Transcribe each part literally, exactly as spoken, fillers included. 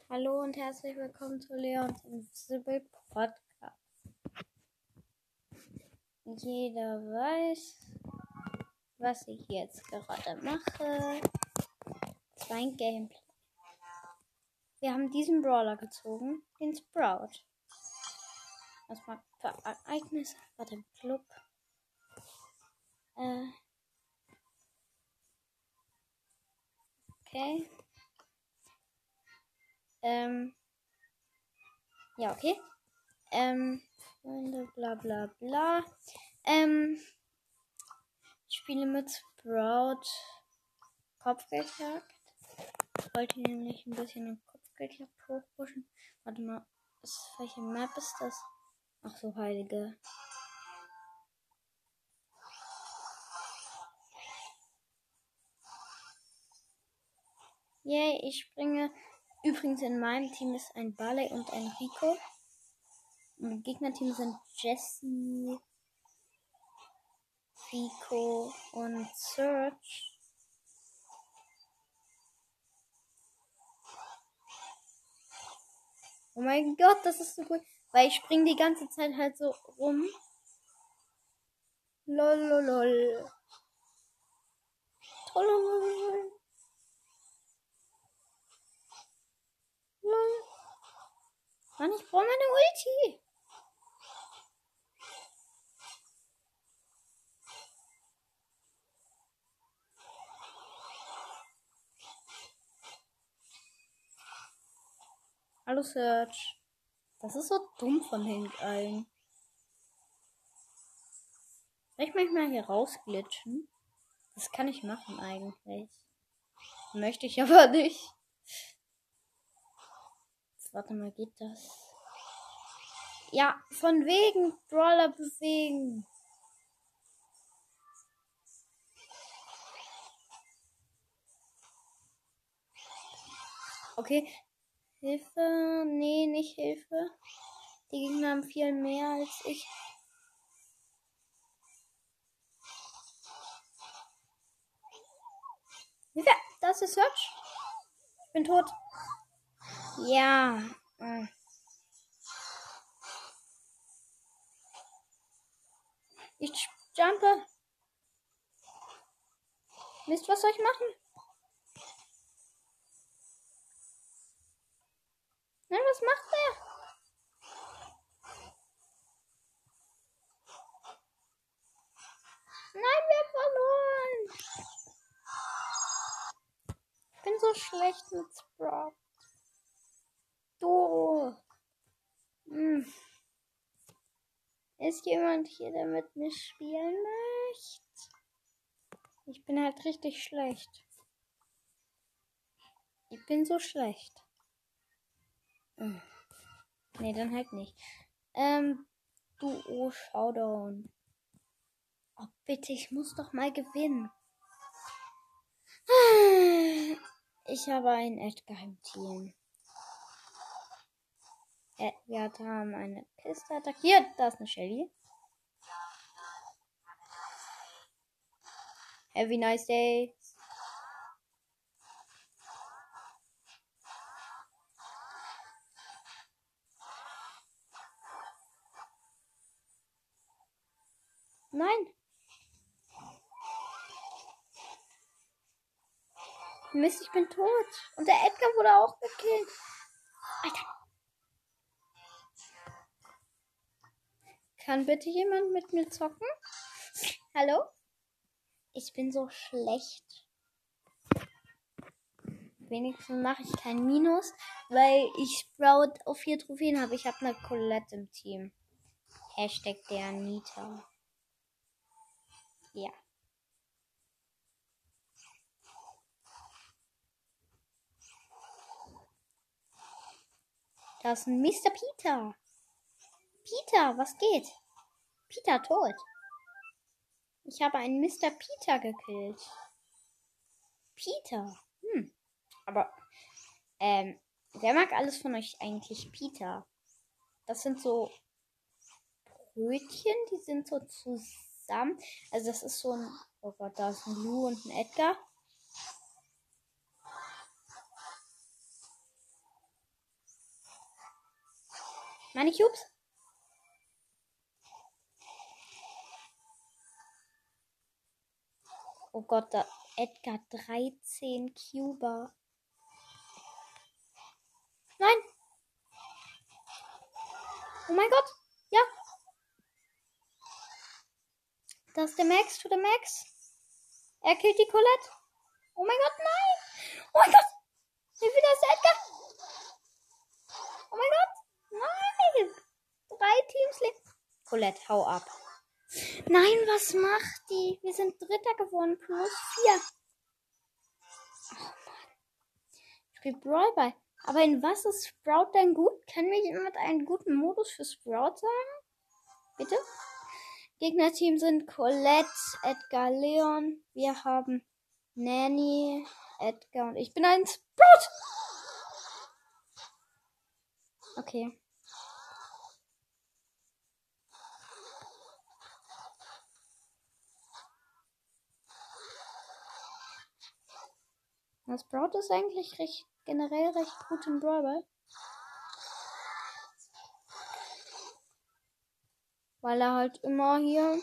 Hallo und herzlich willkommen zu Leons Invisible Podcast. Jeder weiß, was ich jetzt gerade mache. Das war ein Gameplay. Wir haben diesen Brawler gezogen, den Sprout. Was war für Ereignisse bei dem Club? Äh. Okay. Ähm. Ja, okay. Ähm. Freunde, bla bla bla. Ähm. Ich spiele mit Sprout Kopfgeldjagd. Ich wollte nämlich ein bisschen den Kopfgeldjagd hochpushen. Warte mal, ist, welche Map ist das? Ach so, heilige. Yay, ich springe. Übrigens in meinem Team ist ein Barley und ein Rico. Im Gegnerteam sind Jessie, Rico und Search. Oh mein Gott, das ist so cool. Weil ich springe die ganze Zeit halt so rum. Lololol. Tollolol. Lol. Mann, ich brauche meine Ulti. Hallo Search. Das ist so dumm von den allen. Soll ich manchmal hier rausglitschen? Das kann ich machen eigentlich. Möchte ich aber nicht. Jetzt, warte mal, geht das? Ja, von wegen Brawler bewegen. Okay. Hilfe. Nee, nicht Hilfe. Die Gegner haben viel mehr als ich. Hilfe! Das ist Search. Ich bin tot. Ja. Ich jumpe. Mist, was soll ich machen? Nein, was macht der? Nein, wir haben verloren. Ich bin so schlecht mit Sprout. Du. Hm. Ist jemand hier, der mit mir spielen möchte? Ich bin halt richtig schlecht. Ich bin so schlecht. Hm. Nee, dann halt nicht. Ähm, Duo Showdown. Oh, bitte, ich muss doch mal gewinnen. Ich habe ein Edgar im Team. Wir haben eine Kiste attackiert. Da ist eine Shelly. Have a nice day. Nein. Mist, ich bin tot. Und der Edgar wurde auch gekillt. Alter. Kann bitte jemand mit mir zocken? Hallo? Ich bin so schlecht. Wenigstens mache ich kein Minus, weil ich Sprout auf vier Trophäen habe. Ich habe eine Colette im Team. Hashtag der Anita. Ja. Da ist ein Mister Peter. Peter, was geht? Peter tot. Ich habe einen Mister Peter gekillt. Peter. Hm. Aber, ähm, wer mag alles von euch eigentlich Peter? Das sind so Brötchen, die sind so zusammen. Also das ist so ein, oh Gott, da ist ein Lou und ein Edgar. Meine Cubes? Oh Gott, da Edgar dreizehn Cuber. Nein! Oh mein Gott! Ja! Das ist der Max to the Max. Er killt die Colette. Oh mein Gott, nein! Oh mein Gott! Wie viel ist Edgar? Oh mein Gott! Nein! Drei Teams leben. Colette, hau ab. Nein, was macht die? Wir sind Dritter geworden. Plus vier. Oh Mann. Spielt Brawl Ball. Aber in was ist Sprout denn gut? Kann mir jemand einen guten Modus für Sprout sagen? Bitte? Gegnerteam sind Colette, Edgar, Leon. Wir haben Nanny, Edgar und ich bin ein Sprout. Okay. Das Sprout ist eigentlich recht, generell recht gut im Brawl Ball. Weil er halt immer hier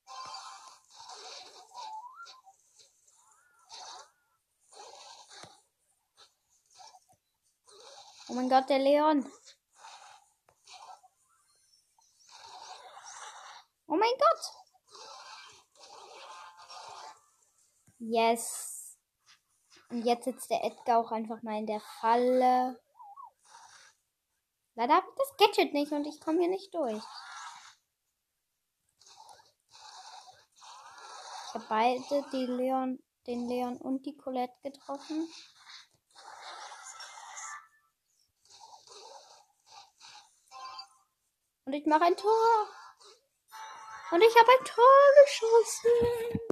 oh mein Gott, der Leon. Oh mein Gott. Yes. Und jetzt sitzt der Edgar auch einfach mal in der Falle. Leider habe ich das Gadget nicht und ich komme hier nicht durch. Ich habe beide die Leon, den Leon und die Colette getroffen. Und ich mache ein Tor. Und ich habe ein Tor geschossen.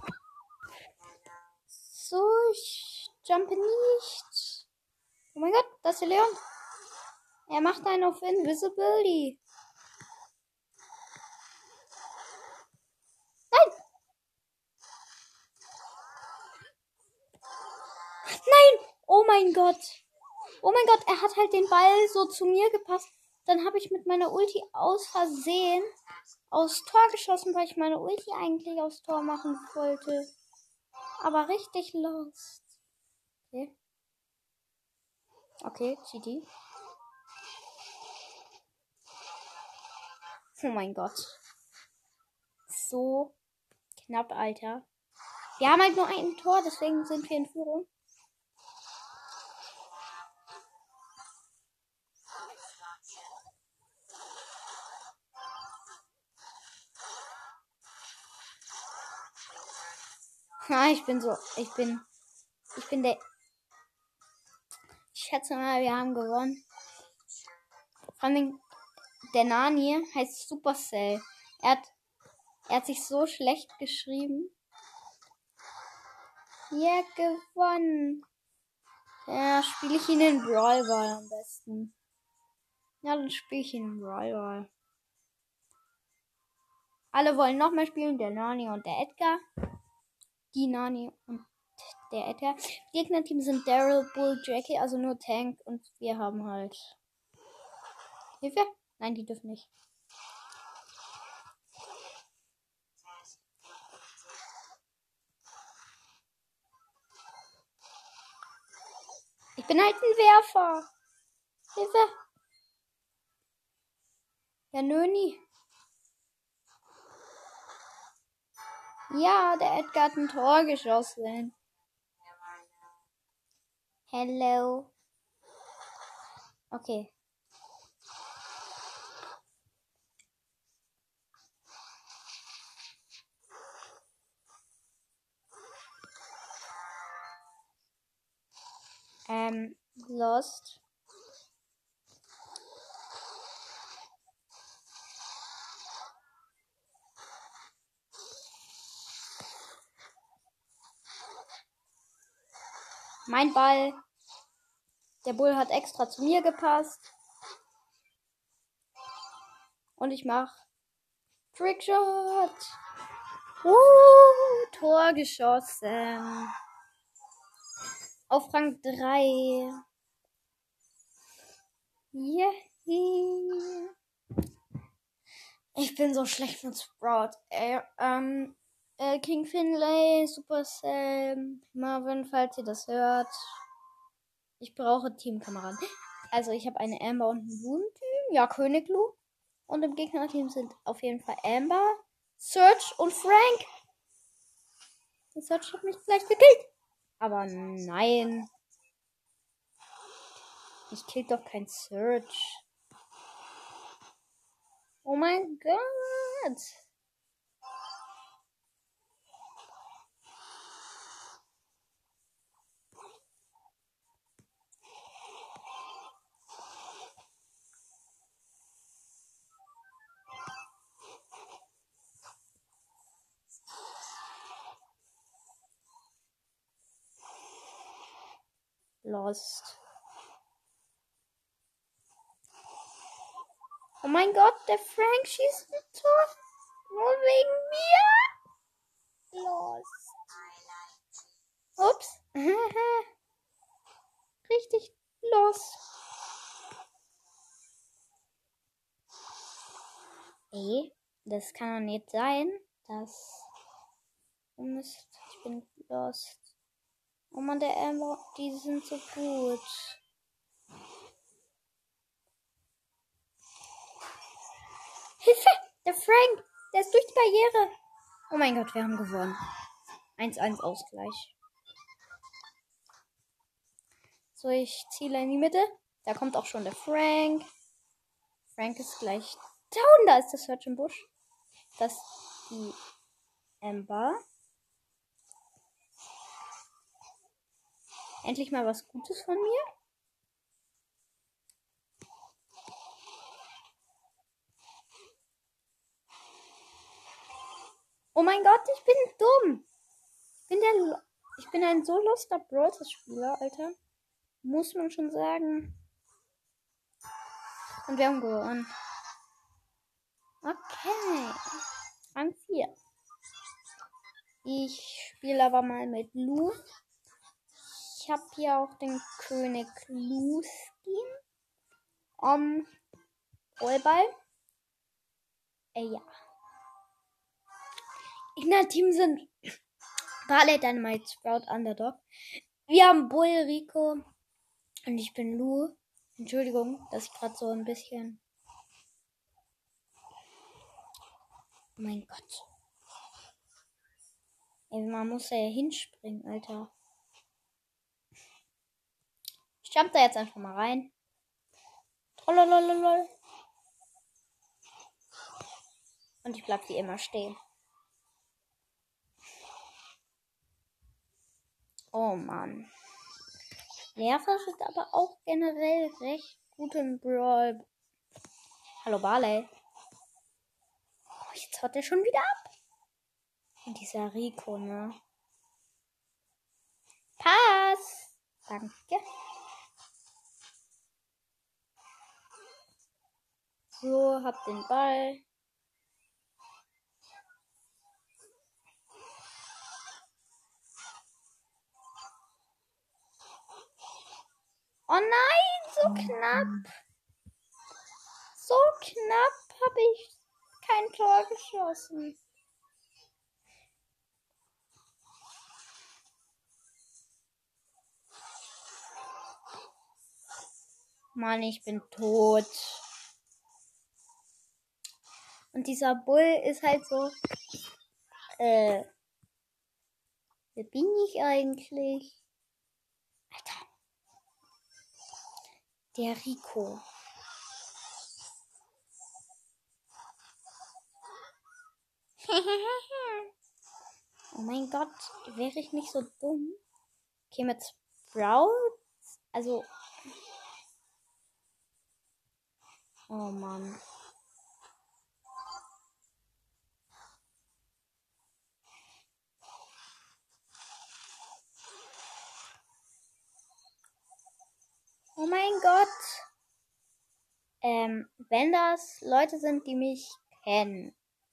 So, ich jumpe nicht. Oh mein Gott, das ist der Leon. Er macht einen auf Invisibility. Nein! Nein! Oh mein Gott. Oh mein Gott, er hat halt den Ball so zu mir gepasst. Dann habe ich mit meiner Ulti aus Versehen aufs Tor geschossen, weil ich meine Ulti eigentlich aufs Tor machen wollte. Aber richtig lost. Okay. Okay, G G. Oh mein Gott. So knapp, Alter. Wir haben halt nur ein Tor, deswegen sind wir in Führung. Ah, ich bin so, ich bin, ich bin der, ich schätze mal, wir haben gewonnen. Vor allem, der Nani heißt Supercell. Er hat, er hat sich so schlecht geschrieben. Ja, gewonnen. Ja, spiele ich ihn in Brawl Ball am besten. Ja, dann spiele ich ihn in Brawl Ball. Alle wollen nochmal spielen, der Nani und der Edgar. Die Nani und der Edgar. Gegnerteam sind Daryl, Bull, Jackie, also nur Tank und wir haben halt Hilfe? Nein, die dürfen nicht. Ich bin halt ein Werfer. Hilfe. Ja, Nöni. Ja, der Edgar hat ein Tor geschossen. Hello. Okay. Ähm, lost. Mein Ball. Der Bull hat extra zu mir gepasst. Und ich mach Trickshot. Uh, Tor geschossen. Auf Rang drei. Yeah. Ich bin so schlecht mit Sprout. Ey, ähm, äh, King Finlay, Supercell, Marvin, falls ihr das hört. Ich brauche Teamkameraden. Also ich habe eine Amber und ein Boon-Team. Ja, König Lu. Und im Gegnerteam sind auf jeden Fall Amber, Serge und Frank. Der Serge hat mich gleich gekillt. Aber nein. Ich killt doch kein Serge. Oh mein Gott. Lost. Oh mein Gott, der Frank schießt ein Tor. Nur wegen mir. Lost. Ups. Richtig lost. Ey, das kann doch nicht sein. Das. Oh Mist, ich bin lost. Oh Mann, der Amber, die sind so gut. Hilfe! Der Frank! Der ist durch die Barriere. Oh mein Gott, wir haben gewonnen. eins eins Ausgleich. So, ich ziele in die Mitte. Da kommt auch schon der Frank. Frank ist gleich down. Da ist der Search im Busch. Das ist die Amber. Endlich mal was Gutes von mir. Oh mein Gott, ich bin dumm. Ich bin, der, ich bin ein so lustiger Brawl Spieler, Alter. Muss man schon sagen. Und wir haben gewonnen. Okay. Rang vier. Ich spiele aber mal mit Lu. Ich habe hier auch den König Lu Skin. Um, Rollball. Äh, ja. In der Team sind Barley, Dynamite, Sprout, Underdog. Wir haben Bull, Rico. Und ich bin Lu. Entschuldigung, dass ich gerade so ein bisschen... Oh mein Gott. Ey, man muss da ja hinspringen, Alter. Ich jump da jetzt einfach mal rein. Trollolololol. Und ich bleib wie immer stehen. Oh Mann. Nervig ist aber auch generell recht gut im Brawl. Hallo Barley. Oh, jetzt haut er schon wieder ab. Und dieser Rico, ne? Pass. Danke. So, hab den Ball. Oh nein, so knapp. So knapp habe ich kein Tor geschossen. Mann, ich bin tot. Und dieser Bull ist halt so, äh, wer bin ich eigentlich? Alter. Der Rico. Oh mein Gott, wäre ich nicht so dumm? Okay, mit Sprout? Also. Oh Mann. Oh mein Gott. Ähm, wenn das Leute sind, die mich kennen.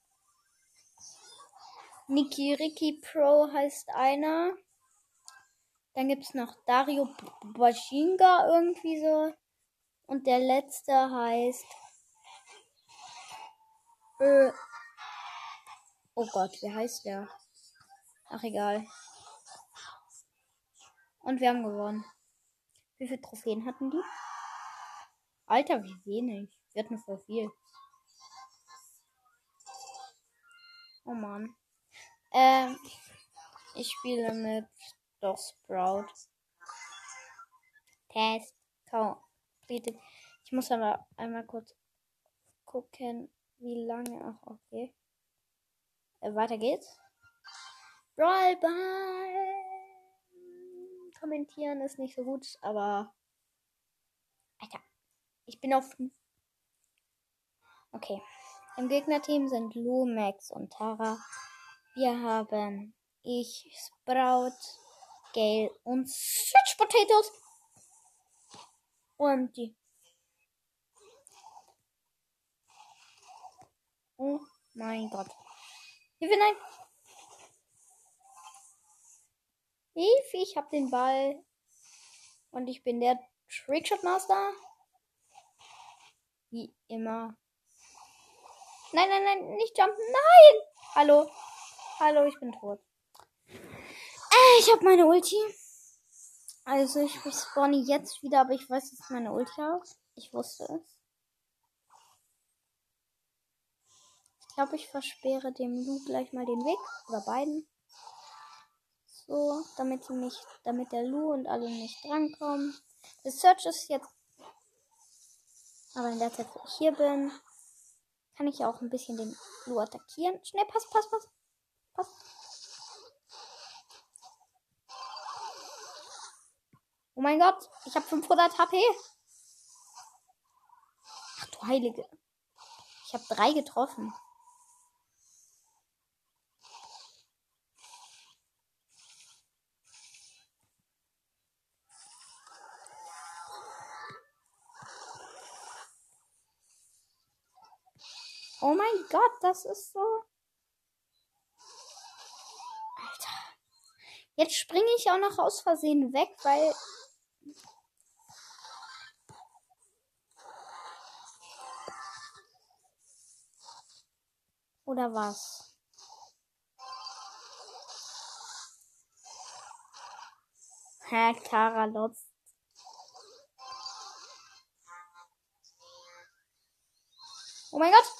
Niki Ricky Pro heißt einer. Dann gibt's noch Dario Bajinga irgendwie so. Und der letzte heißt Äh. Oh Gott, wie heißt der? Ach, egal. Und wir haben gewonnen. Wie viele Trophäen hatten die? Alter, wie wenig. Wir hatten voll viel. Oh Mann. Ähm, ich spiele mit doch Sprout. Test completed. Ich muss aber einmal kurz gucken, wie lange. Ach, okay. Äh, weiter geht's. Brawl Ball. Kommentieren ist nicht so gut, aber. Alter. Ich bin auf. Okay. Im Gegnerteam sind Lou, Max und Tara. Wir haben ich, Sprout, Gale und Switch Potatoes. Und die. Oh mein Gott. Hilfe, nein. Hilfe, ich hab den Ball. Und ich bin der Trickshot Master. Wie immer. Nein, nein, nein, nicht jumpen. Nein! Hallo. Hallo, ich bin tot. Äh, ich hab meine Ulti. Also ich spawne jetzt wieder, aber ich weiß jetzt meine Ulti aus. Ich wusste es. Ich glaube, ich versperre dem Lu gleich mal den Weg. Oder beiden. So, damit sie nicht, damit der Lu und alle nicht drankommen. Das Search ist jetzt. Aber in der Zeit, wo ich hier bin, kann ich auch ein bisschen den Lu attackieren. Schnell, pass, pass, pass. Pass. Oh mein Gott, ich habe fünfhundert H P. Ach du Heilige. Ich habe drei getroffen. Oh mein Gott, das ist so. Alter. Jetzt springe ich auch noch aus Versehen weg, weil. Oder was? Hä, Tara Lotz. Oh mein Gott.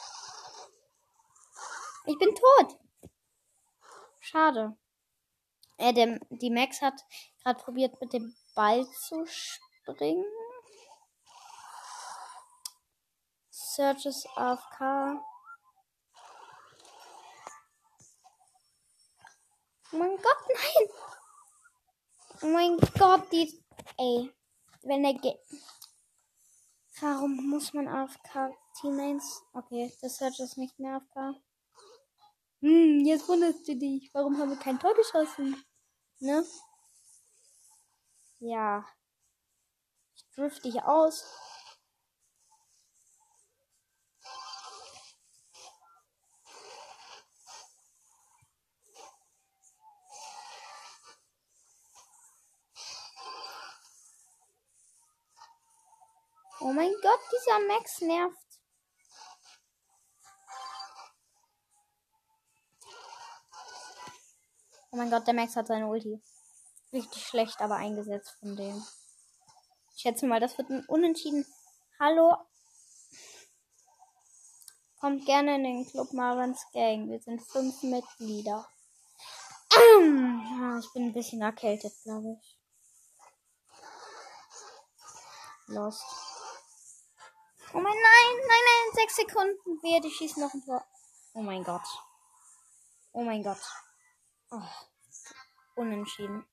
Ich bin tot. Schade. Äh, der, die Max hat gerade probiert, mit dem Ball zu springen. Search ist A F K. Oh mein Gott, nein! Oh mein Gott, die. Ey. Wenn der geht. Warum muss man A F K Teammates? Okay, das Search ist nicht mehr A F K. Hm, jetzt wunderst du dich. Warum haben wir kein Tor geschossen? Ne? Ja. Ich drift dich aus. Oh mein Gott, dieser Max nervt. Oh mein Gott, der Max hat seine Ulti. Richtig schlecht, aber eingesetzt von dem. Ich schätze mal, das wird ein Unentschieden. Hallo. Kommt gerne in den Club Marvins Gang. Wir sind fünf Mitglieder. Ah, ich bin ein bisschen erkältet, glaube ich. Lost. Oh mein, nein, nein, nein, sechs Sekunden. Wehe, die schießen noch ein Tor. Oh mein Gott. Oh mein Gott. Oh. Unentschieden.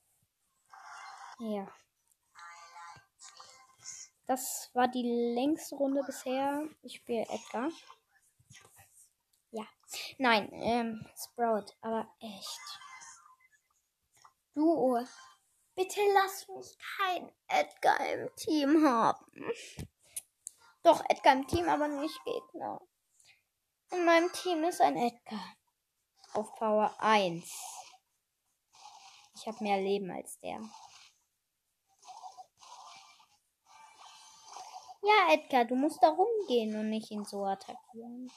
Ja. Das war die längste Runde bisher. Ich spiele Edgar. Ja. Nein, ähm, Sprout, aber echt. Duo. Bitte lass mich kein Edgar im Team haben. Doch, Edgar im Team, aber nicht Gegner. In meinem Team ist ein Edgar. Auf Power eins. Ich habe mehr Leben als der. Ja, Edgar, du musst da rumgehen und nicht ihn so attackieren.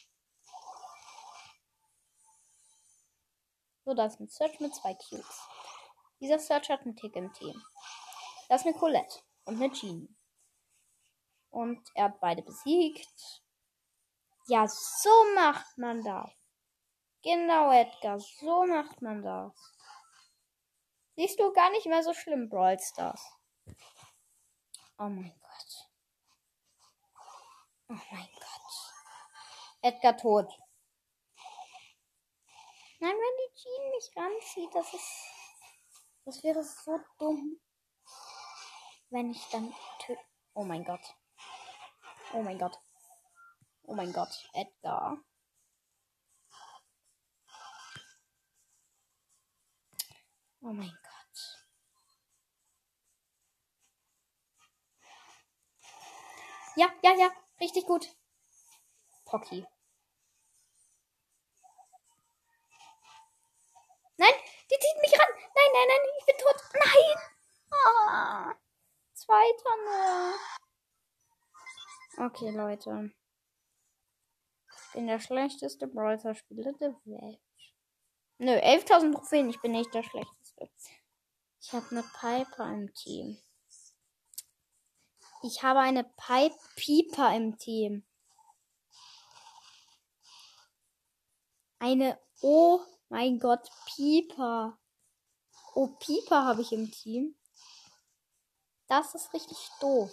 So, da ist ein Search mit zwei Cubes. Dieser Search hat einen Tick im Team. Das ist eine Colette und eine Genie. Und er hat beide besiegt. Ja, so macht man das. Genau, Edgar, so macht man das. Siehst du, gar nicht mehr so schlimm, Brawl Stars. Oh mein Gott. Oh mein Gott. Edgar tot. Nein, wenn die Jean mich ranzieht, das ist... Das wäre so dumm. Wenn ich dann töte... Oh mein Gott. Oh mein Gott. Oh mein Gott. Edgar. Oh mein Gott. Ja, ja, ja. Richtig gut. Pocky. Nein, die zieht mich ran. Nein, nein, nein, ich bin tot. Nein. Ah, zweiter nur. Okay, Leute. Ich bin der schlechteste Brawler-Spieler der Welt. Nö, elftausend Trophäen. Ich bin nicht der schlechteste. Ich habe eine Piper im Team. Ich habe eine Pipe Piper im Team. Eine Oh mein Gott, Piper. Oh, Piper habe ich im Team. Das ist richtig doof.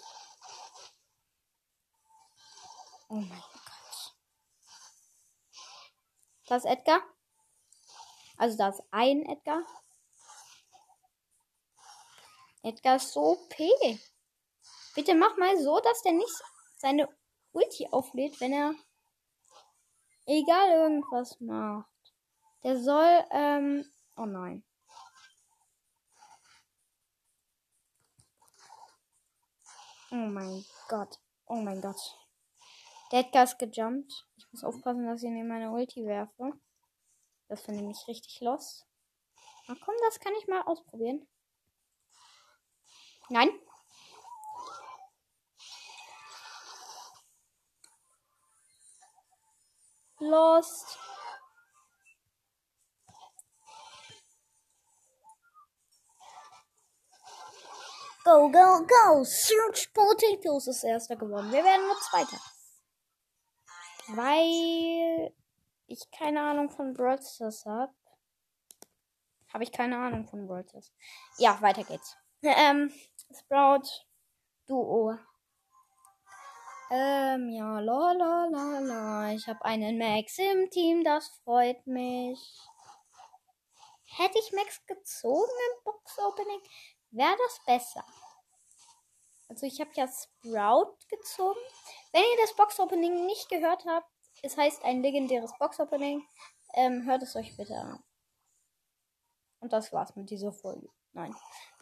Oh mein Gott. Das ist Edgar. Also da ist ein Edgar. Edgar ist so O P. Bitte mach mal so, dass der nicht seine Ulti auflädt, wenn er egal irgendwas macht. Der soll, ähm, oh nein. Oh mein Gott. Oh mein Gott. Der Edgar ist gejumpt. Ich muss aufpassen, dass ich ihn in meine Ulti werfe. Das finde ich richtig los. Na komm, das kann ich mal ausprobieren. Nein. Lost. Go, go, go. Search Potatoes ist erster geworden. Wir werden nur Zweiter. Weil ich keine Ahnung von Brawl Stars habe. Habe ich keine Ahnung von Brawl Stars. Ja, weiter geht's. Ähm, Sprout Duo. Ähm, ja, la la la la. Ich habe einen Max im Team, das freut mich. Hätte ich Max gezogen im Box-Opening, wäre das besser. Also ich habe ja Sprout gezogen. Wenn ihr das Box-Opening nicht gehört habt, es heißt ein legendäres Box-Opening, ähm, hört es euch bitte an. Und das war's mit dieser Folge. Nein.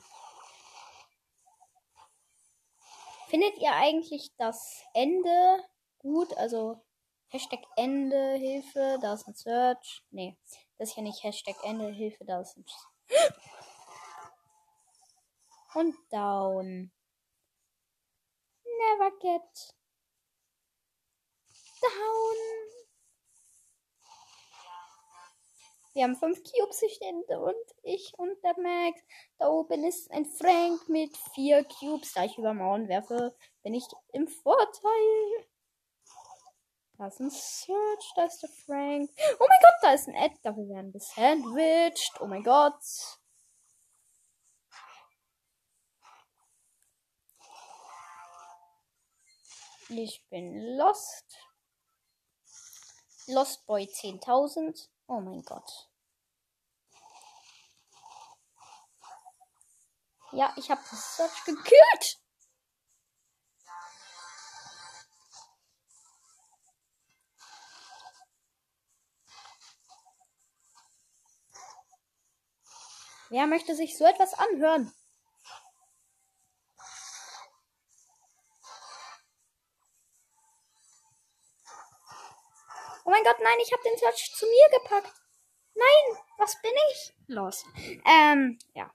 Findet ihr eigentlich das Ende gut? Also Hashtag Ende, Hilfe, da ist ein Search. Nee, das ist ja nicht Hashtag Ende, Hilfe, da ist ein und down. Never get down. Wir haben fünf Cubes und ich und der Max. Da oben ist ein Frank mit vier Cubes. Da ich über Mauern werfe, bin ich im Vorteil. Da ist ein Search, da ist der Frank. Oh mein Gott, da ist ein Edgar. Wir werden gesandwiched. Oh mein Gott. Ich bin lost. Lost Boy zehntausend. Oh mein Gott. Ja, ich habe das Search gekillt. Wer möchte sich so etwas anhören? Oh mein Gott, nein, ich habe den Search zu mir gepackt. Nein, was bin ich? Los. Ähm, ja.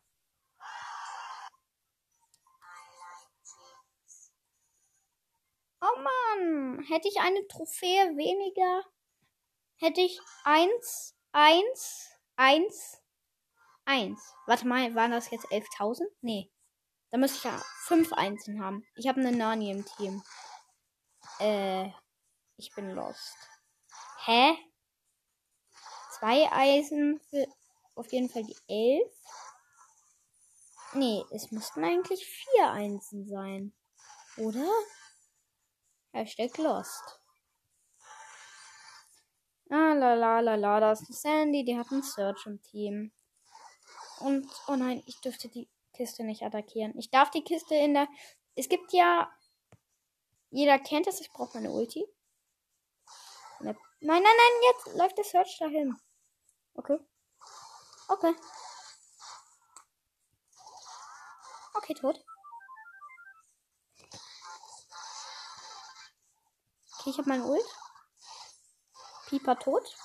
Mann. Hätte ich eine Trophäe weniger, hätte ich eins, eins, eins, eins. Warte mal, waren das jetzt elftausend? Nee. Da müsste ich ja fünf Einsen haben. Ich habe eine Nani im Team. Äh, ich bin lost. Hä? Zwei Eisen für auf jeden Fall die elf. Nee, es müssten eigentlich vier Einsen sein. Oder? Hashtag lost. Ah, la la la la, da ist die Sandy, die hat einen Search im Team. Und, oh nein, ich dürfte die Kiste nicht attackieren. Ich darf die Kiste in der... Es gibt ja... Jeder kennt es, ich brauche meine Ulti. Nein, nein, nein, jetzt läuft der Search dahin. Okay. Okay. Okay, tot. Okay, ich habe meinen Ult. Pieper tot.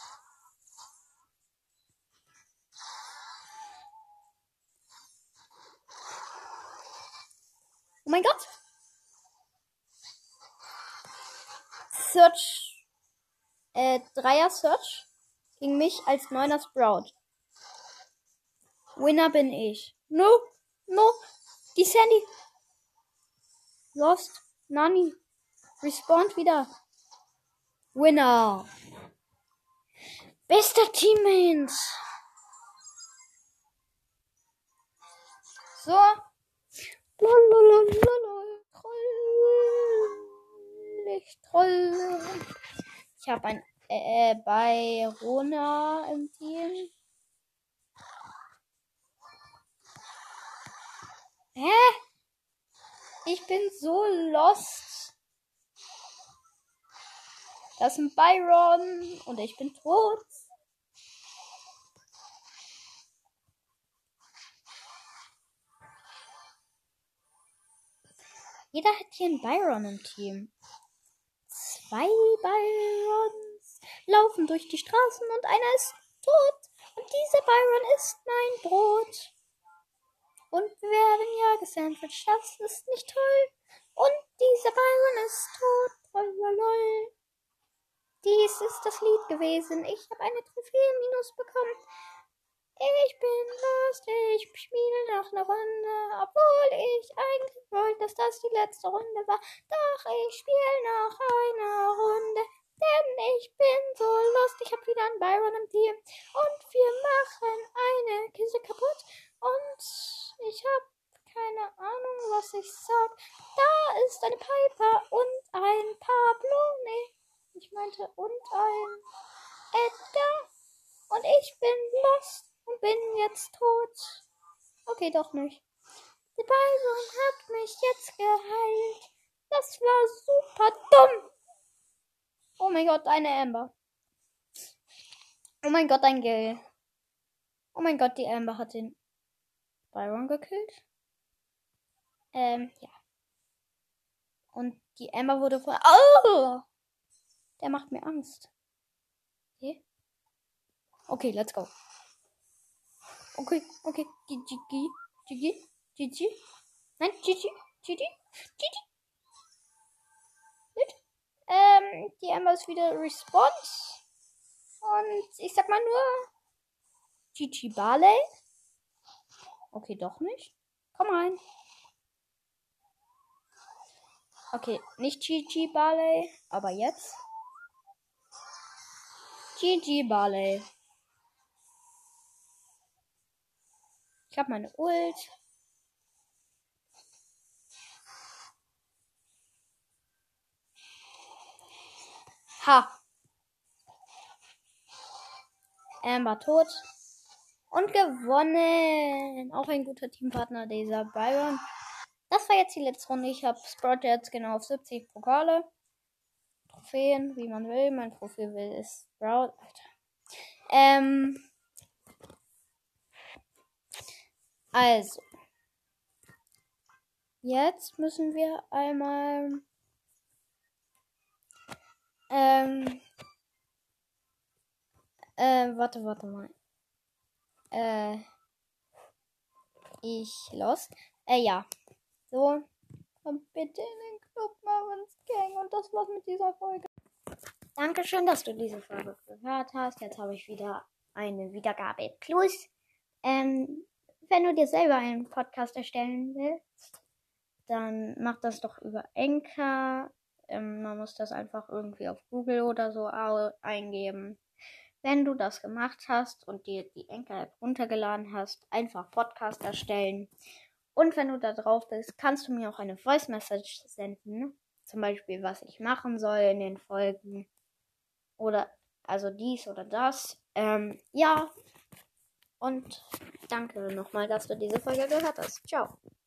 Oh mein Gott. Search. Äh, Dreier Search. Gegen mich als Neuner Sprout. Winner bin ich. No. No. Die Sandy. Lost. Nani. Respawnt wieder. Winner. Bester Teammate. So. Lalalala. Troll. Ich troll. Ich habe ein äh, Byrona im Team. Hä? Ich bin so lost. Das ist ein Byron und ich bin tot. Jeder hat hier einen Byron im Team. Zwei Byrons laufen durch die Straßen und einer ist tot. Und dieser Byron ist mein Brot. Und wir werden ja gesandwiched. Das ist nicht toll. Und dieser Byron ist tot. Lololol. Dies ist das Lied gewesen. Ich habe eine Trophäe minus bekommen. Ich bin lost. Ich spiele noch eine Runde. Obwohl ich eigentlich wollte, dass das die letzte Runde war. Doch ich spiele noch eine Runde. Denn ich bin so lost. Ich habe wieder einen Byron im Team. Und wir machen eine Kiste kaputt. Und ich habe keine Ahnung, was ich sag. Da ist eine Piper und ein Pablo. Nee, ich meinte und ein Edgar. Und ich bin lost und bin jetzt tot. Okay, doch nicht. Der Byron hat mich jetzt geheilt. Das war super dumm. Oh mein Gott, eine Amber. Oh mein Gott, ein Gale. Oh mein Gott, die Amber hat den Byron gekillt. Ähm, ja. Und die Amber wurde von... Oh! Der macht mir Angst. Okay. Okay, let's go. Okay, okay. G G G. G G. G G. Nein, G G. G G. G G. Gut. Ähm, die Amber ist wieder respawned. Und ich sag mal nur G G Barley. Okay, doch nicht. Komm rein. Okay, nicht G G Barley, aber jetzt. G G Barley. Ich habe meine Ult. Ha. Amber tot. Und gewonnen. Auch ein guter Teampartner, dieser Byron. Das war jetzt die letzte Runde. Ich habe Sprout jetzt genau auf siebzig Pokale. Trophäen, wie man will. Mein Profil will ist Sprout. Alter. Ähm. Also. Jetzt müssen wir einmal. Ähm. Äh, warte, warte mal. Äh. Ich los. Äh, ja. So. Kommt bitte in den Club Marvins Gang und das das war's mit dieser Folge. Dankeschön, dass du diese Folge gehört hast. Jetzt habe ich wieder eine Wiedergabe plus. Ähm, wenn du dir selber einen Podcast erstellen willst, dann mach das doch über Anchor. Ähm, man muss das einfach irgendwie auf Google oder so eingeben. Wenn du das gemacht hast und dir die Anchor-App runtergeladen hast, einfach Podcast erstellen. Und wenn du da drauf bist, kannst du mir auch eine Voice Message senden. Zum Beispiel, was ich machen soll in den Folgen. Oder also dies oder das. Ähm, ja. Und danke nochmal, dass du diese Folge gehört hast. Ciao.